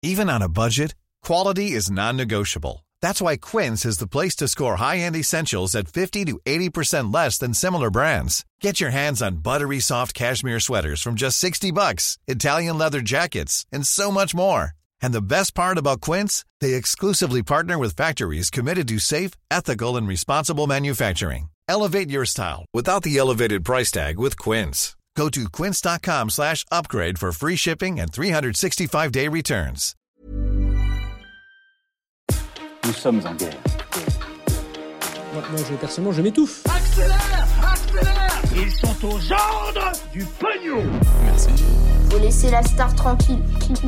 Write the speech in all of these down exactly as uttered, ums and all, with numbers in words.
Even on a budget, quality is non-negotiable. That's why Quince is the place to score high-end essentials at fifty to eighty percent less than similar brands. Get your hands on buttery soft cashmere sweaters from just sixty bucks, Italian leather jackets, and so much more. And the best part about Quince, they exclusively partner with factories committed to safe, ethical, and responsible manufacturing. Elevate your style without the elevated price tag with Quince. Go to quince.com slash upgrade for free shipping and three sixty-five day returns. Nous sommes en guerre. Moi, moi je, personnellement, je m'étouffe. Accélère, accélère. Ils sont aux ordres du pognon. Merci. Faut laisser la star tranquille.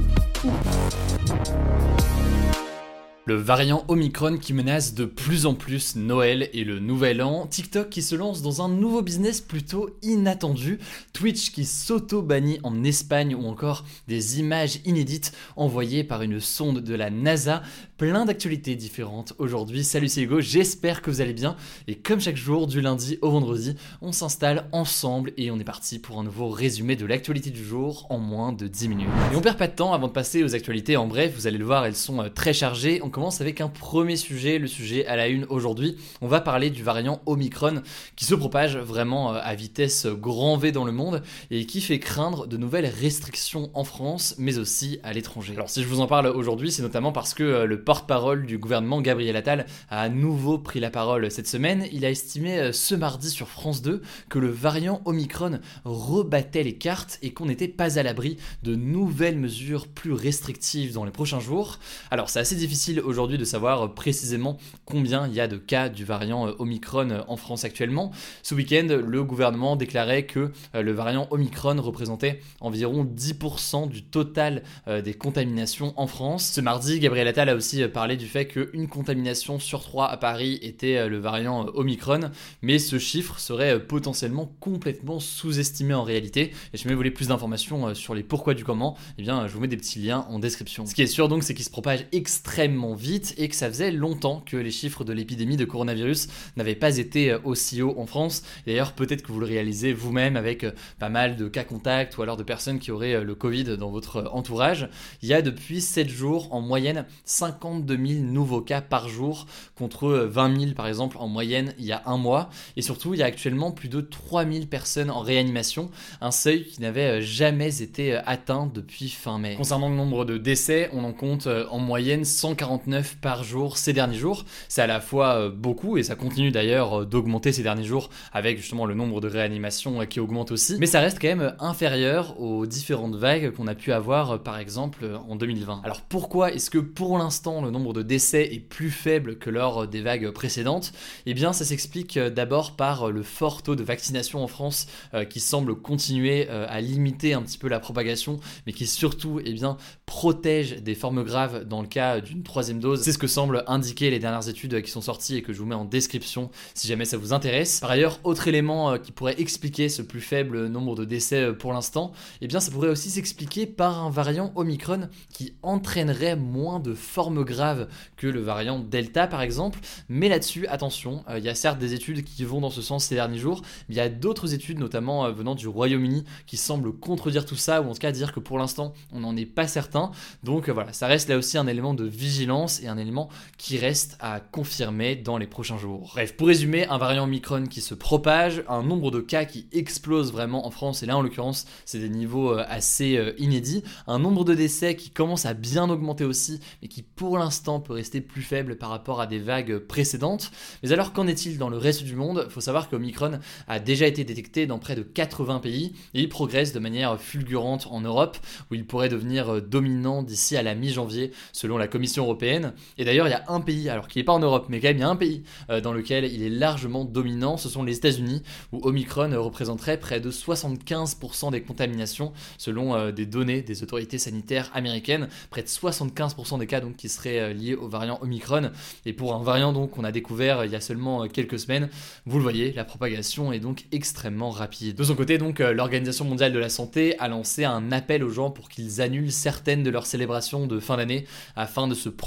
Le variant Omicron qui menace de plus en plus Noël et le Nouvel An, TikTok qui se lance dans un nouveau business plutôt inattendu, Twitch qui s'auto-bannit en Espagne ou encore des images inédites envoyées par une sonde de la NASA. Plein d'actualités différentes aujourd'hui. Salut, c'est Hugo, j'espère que vous allez bien. Et comme chaque jour, du lundi au vendredi, on s'installe ensemble et on est parti pour un nouveau résumé de l'actualité du jour en moins de dix minutes. Et on perd pas de temps avant de passer aux actualités. En bref, vous allez le voir, elles sont très chargées. On commence avec un premier sujet, le sujet à la une aujourd'hui. On va parler du variant Omicron qui se propage vraiment à vitesse grand V dans le monde et qui fait craindre de nouvelles restrictions en France, mais aussi à l'étranger. Alors si je vous en parle aujourd'hui, c'est notamment parce que le porte-parole du gouvernement Gabriel Attal a à nouveau pris la parole cette semaine. Il a estimé ce mardi sur France deux que le variant Omicron rebattait les cartes et qu'on n'était pas à l'abri de nouvelles mesures plus restrictives dans les prochains jours. Alors c'est assez difficile aujourd'hui de savoir précisément combien il y a de cas du variant Omicron en France actuellement. Ce week-end, le gouvernement déclarait que le variant Omicron représentait environ dix pour cent du total des contaminations en France. Ce mardi, Gabriel Attal a aussi parlé du fait qu'une contamination sur trois à Paris était le variant Omicron, mais ce chiffre serait potentiellement complètement sous-estimé en réalité. Et si vous voulez plus d'informations sur les pourquoi du comment, eh bien, je vous mets des petits liens en description. Ce qui est sûr donc, c'est qu'il se propage extrêmement vite et que ça faisait longtemps que les chiffres de l'épidémie de coronavirus n'avaient pas été aussi hauts en France. Et d'ailleurs, peut-être que vous le réalisez vous-même avec pas mal de cas contacts ou alors de personnes qui auraient le Covid dans votre entourage. Il y a depuis sept jours en moyenne cinquante-deux mille nouveaux cas par jour contre vingt mille par exemple en moyenne il y a un mois. Et surtout, il y a actuellement plus de trois mille personnes en réanimation, un seuil qui n'avait jamais été atteint depuis fin mai. Concernant le nombre de décès, on en compte en moyenne cent quarante-neuf par jour ces derniers jours. C'est à la fois beaucoup et ça continue d'ailleurs d'augmenter ces derniers jours avec justement le nombre de réanimations qui augmente aussi. Mais ça reste quand même inférieur aux différentes vagues qu'on a pu avoir par exemple en deux mille vingt. Alors pourquoi est-ce que pour l'instant le nombre de décès est plus faible que lors des vagues précédentes? Eh bien ça s'explique d'abord par le fort taux de vaccination en France euh, qui semble continuer euh, à limiter un petit peu la propagation, mais qui surtout eh bien, protège des formes graves dans le cas d'une troisième dose. C'est ce que semblent indiquer les dernières études qui sont sorties et que je vous mets en description si jamais ça vous intéresse. Par ailleurs, autre élément euh, qui pourrait expliquer ce plus faible nombre de décès euh, pour l'instant, eh bien ça pourrait aussi s'expliquer par un variant Omicron qui entraînerait moins de formes graves que le variant Delta par exemple. Mais là-dessus, attention, il euh, y a certes des études qui vont dans ce sens ces derniers jours, mais il y a d'autres études, notamment euh, venant du Royaume-Uni, qui semblent contredire tout ça, ou en tout cas dire que pour l'instant, on n'en est pas certain. Donc euh, voilà, ça reste là aussi un élément de vigilance et un élément qui reste à confirmer dans les prochains jours. Bref, pour résumer, un variant Omicron qui se propage, un nombre de cas qui explose vraiment en France, et là en l'occurrence, c'est des niveaux euh, assez euh, inédits, un nombre de décès qui commence à bien augmenter aussi, mais qui pour l'instant peut rester plus faible par rapport à des vagues précédentes. Mais alors qu'en est-il dans le reste du monde? Il faut savoir qu'Omicron a déjà été détecté dans près de quatre-vingts pays et il progresse de manière fulgurante en Europe où il pourrait devenir dominant d'ici à la mi-janvier selon la Commission européenne. Et d'ailleurs il y a un pays, alors qui n'est pas en Europe mais quand même il y a un pays euh, dans lequel il est largement dominant, ce sont les États-Unis où Omicron représenterait près de soixante-quinze pour cent des contaminations selon euh, des données des autorités sanitaires américaines, près de soixante-quinze pour cent des cas donc qui seraient euh, liés au variant Omicron. Et pour un variant donc qu'on a découvert il y a seulement quelques semaines, vous le voyez, la propagation est donc extrêmement rapide. De son côté donc, l'Organisation mondiale de la santé a lancé un appel aux gens pour qu'ils annulent certaines de leurs célébrations de fin d'année afin de se protéger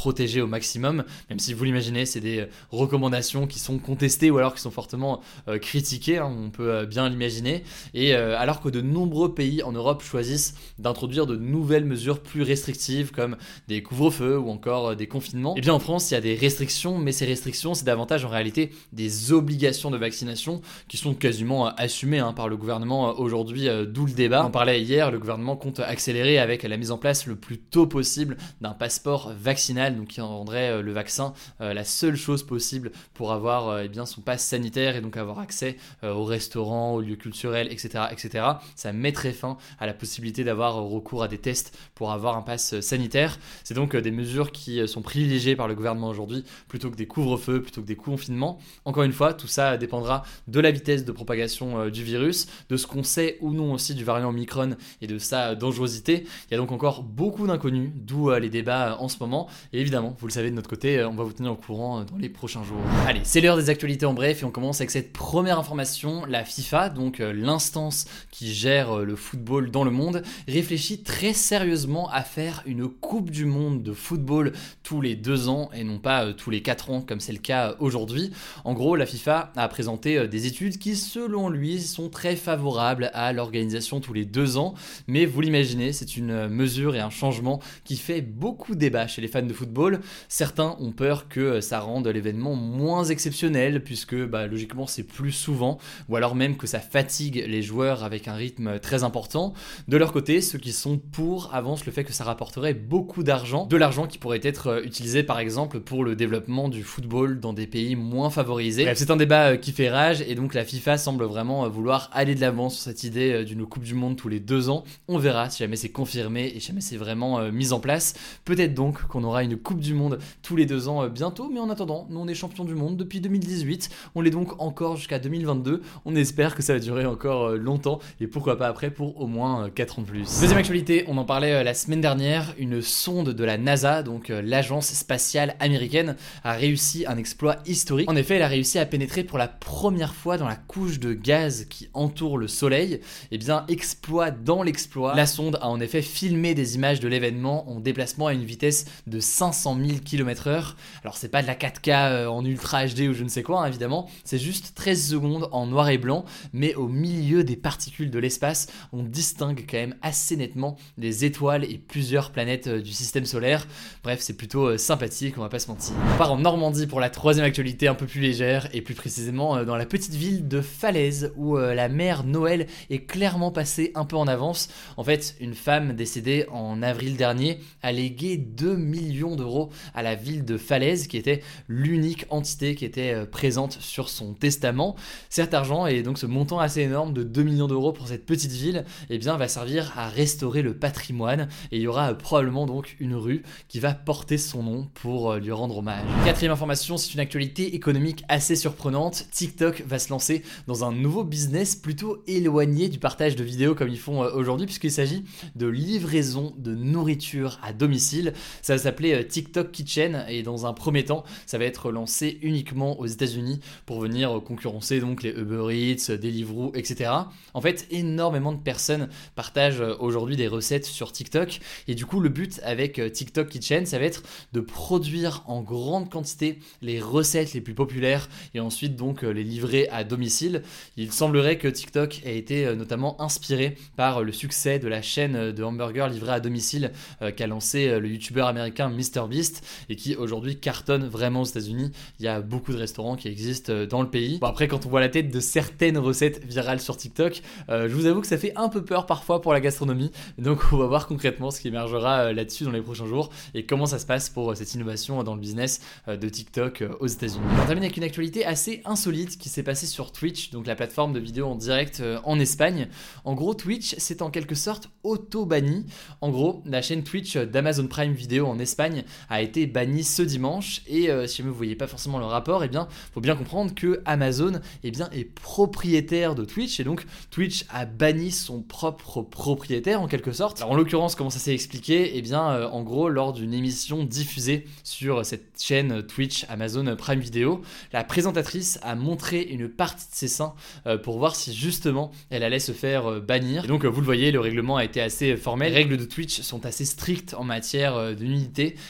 protéger au maximum, même si vous l'imaginez, c'est des recommandations qui sont contestées ou alors qui sont fortement euh, critiquées, hein, on peut euh, bien l'imaginer. Et euh, alors que de nombreux pays en Europe choisissent d'introduire de nouvelles mesures plus restrictives comme des couvre-feux ou encore euh, des confinements, et bien en France il y a des restrictions, mais ces restrictions c'est davantage en réalité des obligations de vaccination qui sont quasiment euh, assumées hein, par le gouvernement euh, aujourd'hui, euh, d'où le débat. On en parlait hier, le gouvernement compte accélérer avec la mise en place le plus tôt possible d'un passeport vaccinal, donc qui rendrait euh, le vaccin euh, la seule chose possible pour avoir euh, eh bien, son pass sanitaire et donc avoir accès euh, aux restaurants, aux lieux culturels, et cetera, et cetera. Ça mettrait fin à la possibilité d'avoir recours à des tests pour avoir un pass sanitaire. C'est donc euh, des mesures qui sont privilégiées par le gouvernement aujourd'hui plutôt que des couvre-feux, plutôt que des confinements. Encore une fois, tout ça dépendra de la vitesse de propagation euh, du virus, de ce qu'on sait ou non aussi du variant Omicron et de sa dangerosité. Il y a donc encore beaucoup d'inconnus, d'où euh, les débats euh, en ce moment. Et évidemment, vous le savez de notre côté, euh, on va vous tenir au courant euh, dans les prochains jours. Allez, c'est l'heure des actualités en bref et on commence avec cette première information. La FIFA, donc euh, l'instance qui gère euh, le football dans le monde, réfléchit très sérieusement à faire une Coupe du Monde de football tous les deux ans et non pas euh, tous les quatre ans comme c'est le cas euh, aujourd'hui. En gros, la FIFA a présenté euh, des études qui, selon lui, sont très favorables à l'organisation tous les deux ans, mais vous l'imaginez, c'est une mesure et un changement qui fait beaucoup débat chez les fans de football. Certains ont peur que ça rende l'événement moins exceptionnel puisque bah, logiquement c'est plus souvent, ou alors même que ça fatigue les joueurs avec un rythme très important. De leur côté, ceux qui sont pour avancent le fait que ça rapporterait beaucoup d'argent, de l'argent qui pourrait être utilisé par exemple pour le développement du football dans des pays moins favorisés. Bref, c'est un débat qui fait rage et donc la FIFA semble vraiment vouloir aller de l'avant sur cette idée d'une Coupe du Monde tous les deux ans. On verra si jamais c'est confirmé et si jamais c'est vraiment euh, mis en place. Peut-être donc qu'on aura une Coupe du Monde tous les deux ans euh, bientôt, mais en attendant, nous on est champion du monde depuis deux mille dix-huit, on l'est donc encore jusqu'à deux mille vingt-deux, on espère que ça va durer encore euh, longtemps et pourquoi pas après pour au moins euh, quatre ans de plus. Deuxième actualité, on en parlait euh, la semaine dernière, une sonde de la NASA, donc euh, l'agence spatiale américaine, a réussi un exploit historique. En effet, elle a réussi à pénétrer pour la première fois dans la couche de gaz qui entoure le Soleil. Et bien, exploit dans l'exploit, la sonde a en effet filmé des images de l'événement en déplacement à une vitesse de cinq cent mille kilomètres heure. Alors c'est pas de la quatre K euh, en ultra H D ou je ne sais quoi hein, évidemment, c'est juste treize secondes en noir et blanc, mais au milieu des particules de l'espace, on distingue quand même assez nettement des étoiles et plusieurs planètes euh, du système solaire. Bref, c'est plutôt euh, sympathique, on va pas se mentir. On part en Normandie pour la troisième actualité un peu plus légère, et plus précisément euh, dans la petite ville de Falaise où euh, la mère Noël est clairement passée un peu en avance. En fait, une femme décédée en avril dernier a légué deux millions d'euros à la ville de Falaise, qui était l'unique entité qui était présente sur son testament. Cet argent, et donc ce montant assez énorme de deux millions d'euros pour cette petite ville, eh bien, va servir à restaurer le patrimoine, et il y aura probablement donc une rue qui va porter son nom pour lui rendre hommage. Quatrième information, c'est une actualité économique assez surprenante. TikTok va se lancer dans un nouveau business plutôt éloigné du partage de vidéos comme ils font aujourd'hui, puisqu'il s'agit de livraison de nourriture à domicile. Ça va s'appeler TikTok Kitchen et dans un premier temps, ça va être lancé uniquement aux États-Unis pour venir concurrencer donc les Uber Eats, Deliveroo, et cetera. En fait, énormément de personnes partagent aujourd'hui des recettes sur TikTok et du coup, le but avec TikTok Kitchen, ça va être de produire en grande quantité les recettes les plus populaires et ensuite donc les livrer à domicile. Il semblerait que TikTok ait été notamment inspiré par le succès de la chaîne de hamburgers livrés à domicile euh, qu'a lancé le youtubeur américain MrBeast et qui aujourd'hui cartonne vraiment aux États-Unis. Il y a beaucoup de restaurants qui existent dans le pays. Bon, après, quand on voit la tête de certaines recettes virales sur TikTok, euh, je vous avoue que ça fait un peu peur parfois pour la gastronomie. Donc on va voir concrètement ce qui émergera là-dessus dans les prochains jours et comment ça se passe pour cette innovation dans le business de TikTok aux États-Unis. On termine avec une actualité assez insolite qui s'est passée sur Twitch, donc la plateforme de vidéo en direct en Espagne. En gros, Twitch s'est en quelque sorte auto-banni. En gros, la chaîne Twitch d'Amazon Prime Video en Espagne a été bannie ce dimanche et euh, si jamais vous voyez pas forcément le rapport, eh bien, faut bien comprendre que Amazon eh bien, est propriétaire de Twitch et donc Twitch a banni son propre propriétaire en quelque sorte. Alors en l'occurrence, comment ça s'est expliqué? Eh bien, euh, en gros, lors d'une émission diffusée sur cette chaîne Twitch Amazon Prime Video, la présentatrice a montré une partie de ses seins euh, pour voir si justement elle allait se faire euh, bannir. Et donc, euh, vous le voyez, le règlement a été assez formel. Les règles de Twitch sont assez strictes en matière euh, de nudité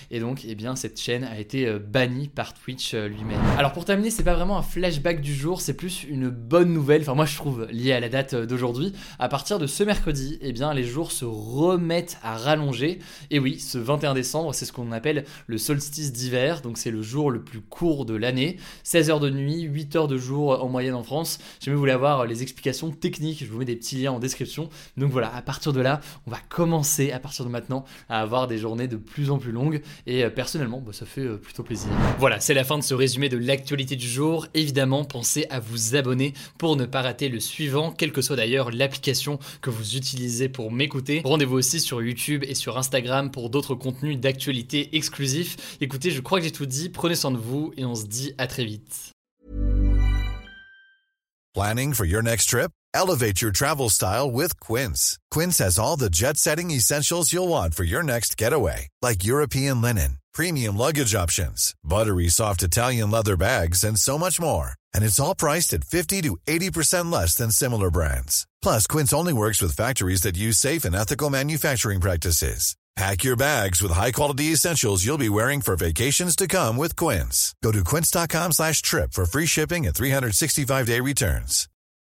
et donc eh bien cette chaîne a été euh, bannie par Twitch euh, lui-même. Alors pour terminer, c'est pas vraiment un flashback du jour, c'est plus une bonne nouvelle, enfin moi je trouve, liée à la date d'aujourd'hui. À partir de ce mercredi, eh bien les jours se remettent à rallonger, et oui, ce vingt et un décembre, c'est ce qu'on appelle le solstice d'hiver, donc c'est le jour le plus court de l'année, seize heures de nuit, huit heures de jour en moyenne en France. Si jamais vous voulez avoir les explications techniques, je vous mets des petits liens en description. Donc voilà, à partir de là, on va commencer à partir de maintenant à avoir des journées de plus en plus longues, et euh, personnellement, bah, ça fait euh, plutôt plaisir. Voilà, c'est la fin de ce résumé de l'actualité du jour. Évidemment, pensez à vous abonner pour ne pas rater le suivant, quelle que soit d'ailleurs l'application que vous utilisez pour m'écouter. Rendez-vous aussi sur YouTube et sur Instagram pour d'autres contenus d'actualité exclusifs. Écoutez, je crois que j'ai tout dit, prenez soin de vous et on se dit à très vite. Planning for your next trip? Elevate your travel style with Quince. Quince has all the jet-setting essentials you'll want for your next getaway, like European linen, premium luggage options, buttery soft Italian leather bags, and so much more. And it's all priced at fifty to eighty percent less than similar brands. Plus, Quince only works with factories that use safe and ethical manufacturing practices. Pack your bags with high-quality essentials you'll be wearing for vacations to come with Quince. Go to quince.com slash trip for free shipping and three sixty-five day returns.